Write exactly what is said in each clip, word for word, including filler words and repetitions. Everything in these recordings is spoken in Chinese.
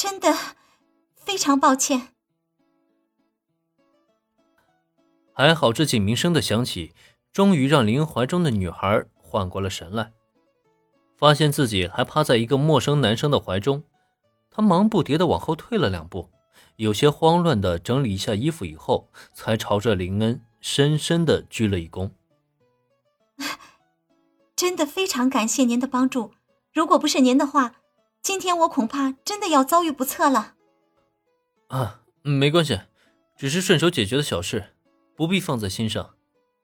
真的非常抱歉。 还好这警鸣声的响起，终于让林恩怀中的女孩缓过了神来，发现自己还趴在一个陌生男生的怀中，她忙不迭地往后退了两步，有些慌乱地整理一下衣服以后，才朝着林恩深深地鞠了一躬。 真的非常感谢您的帮助，如果不是您的话，今天我恐怕真的要遭遇不测了。 啊，没关系，只是顺手解决的小事，不必放在心上。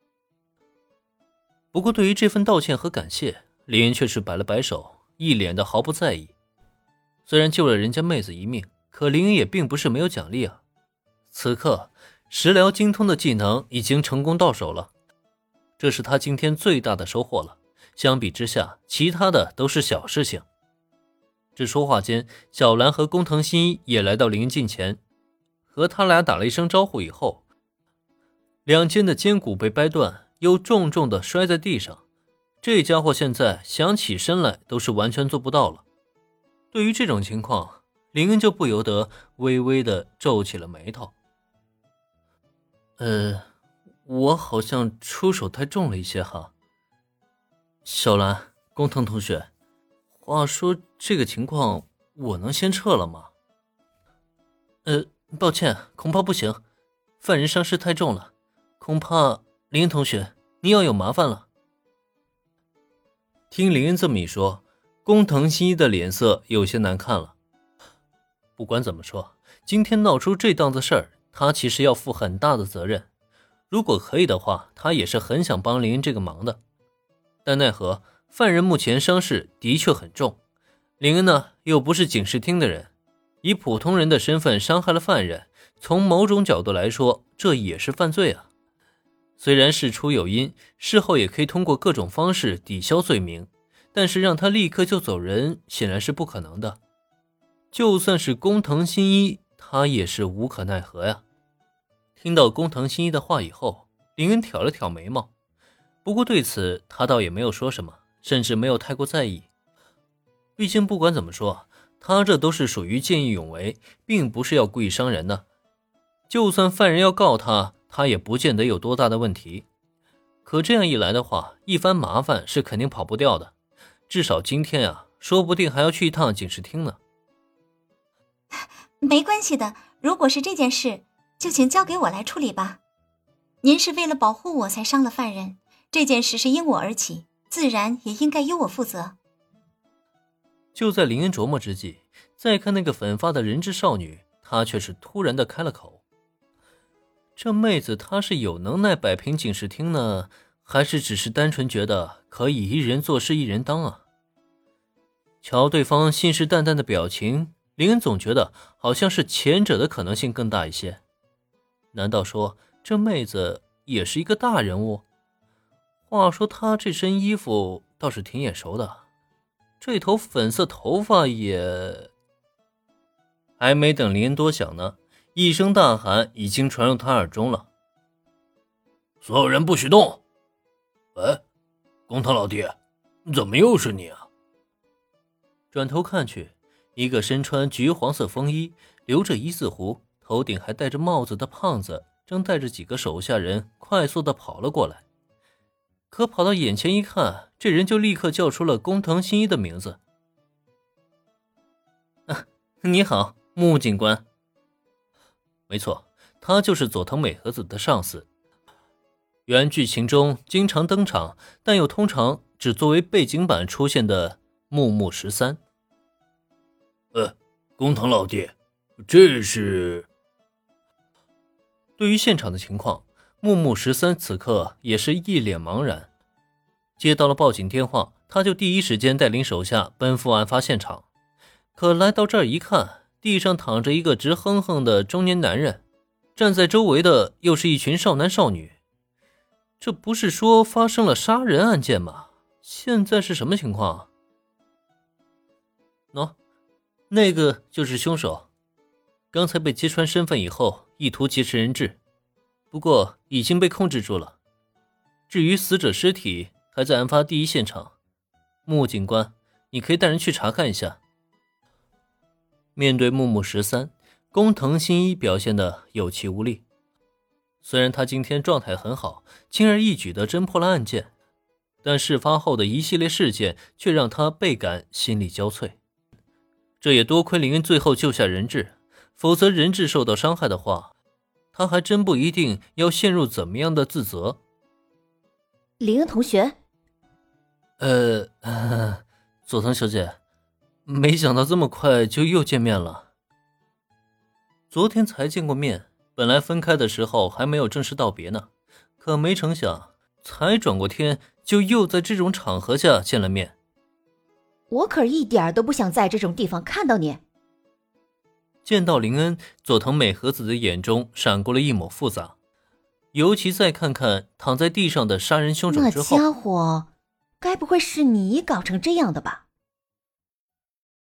不过对于这份道歉和感谢，林恩却是摆了摆手，一脸的毫不在意。虽然救了人家妹子一命，可林恩也并不是没有奖励啊。此刻食疗精通的技能已经成功到手了，这是他今天最大的收获了。相比之下，其他的都是小事情。这说话间，小兰和工藤新一也来到林恩近前，和他俩打了一声招呼以后，两肩的肩骨被掰断，又重重地摔在地上。这家伙现在想起身来都是完全做不到了。对于这种情况，林恩就不由得微微地皱起了眉头。呃，我好像出手太重了一些哈。小兰，工藤同学，话说这个情况我能先撤了吗？呃，抱歉，恐怕不行，犯人伤势太重了，恐怕林恩同学你要有麻烦了。听林恩这么一说，工藤新一的脸色有些难看了。不管怎么说，今天闹出这档子事儿，他其实要负很大的责任。如果可以的话，他也是很想帮林恩这个忙的。但奈何犯人目前伤势的确很重，林恩呢又不是警视厅的人，以普通人的身份伤害了犯人，从某种角度来说，这也是犯罪啊。虽然事出有因，事后也可以通过各种方式抵消罪名，但是让他立刻就走人，显然是不可能的。就算是工藤新一，他也是无可奈何呀。听到工藤新一的话以后，林恩挑了挑眉毛，不过对此他倒也没有说什么，甚至没有太过在意。毕竟不管怎么说，他这都是属于见义勇为，并不是要故意伤人的。就算犯人要告他，他也不见得有多大的问题。可这样一来的话，一番麻烦是肯定跑不掉的。至少今天啊，说不定还要去一趟警视厅呢。 没关系的，如果是这件事，就请交给我来处理吧。您是为了保护我才伤了犯人，这件事是因我而起，自然也应该由我负责。 就在林恩琢磨之际，再看那个粉发的人质少女，她却是突然的开了口。这妹子她是有能耐摆平警视厅呢，还是只是单纯觉得可以一人做事一人当啊？瞧对方信誓旦旦的表情，林恩总觉得好像是前者的可能性更大一些。难道说这妹子也是一个大人物？话说她这身衣服倒是挺眼熟的，这头粉色头发也……还没等林恩多想呢，一声大喊已经传入他耳中了：所有人不许动！喂，工藤老弟，怎么又是你啊？转头看去，一个身穿橘黄色风衣，留着一字胡，头顶还戴着帽子的胖子，正带着几个手下人快速地跑了过来。可跑到眼前一看，这人就立刻叫出了工藤新一的名字。啊，你好，木警官。没错，他就是佐藤美和子的上司。原剧情中经常登场，但又通常只作为背景板出现的木木十三。呃，工藤老弟，这是……对于现场的情况，木木十三此刻也是一脸茫然。接到了报警电话，他就第一时间带领手下奔赴案发现场。可来到这儿一看，地上躺着一个直哼哼的中年男人，站在周围的又是一群少男少女。这不是说发生了杀人案件吗？现在是什么情况？喏、哦，那个就是凶手，刚才被揭穿身份以后，意图劫持人质，不过已经被控制住了。至于死者尸体还在案发第一现场，木警官，你可以带人去查看一下。 面对木木十三，工藤新一表现得有气无力。虽然他今天状态很好，轻而易举地侦破了案件，但事发后的一系列事件却让他倍感心力交瘁。这也多亏林恩最后救下人质，否则人质受到伤害的话，他还真不一定要陷入怎么样的自责。 林恩同学， 呃，呃佐藤小姐，没想到这么快就又见面了。昨天才见过面，本来分开的时候还没有正式道别呢，可没成想才转过天就又在这种场合下见了面。 我可一点都不想在这种地方看到你。 见到林恩，佐藤美和子的眼中闪过了一抹复杂，尤其再看看躺在地上的杀人凶手之后， 那家伙该不会是你搞成这样的吧？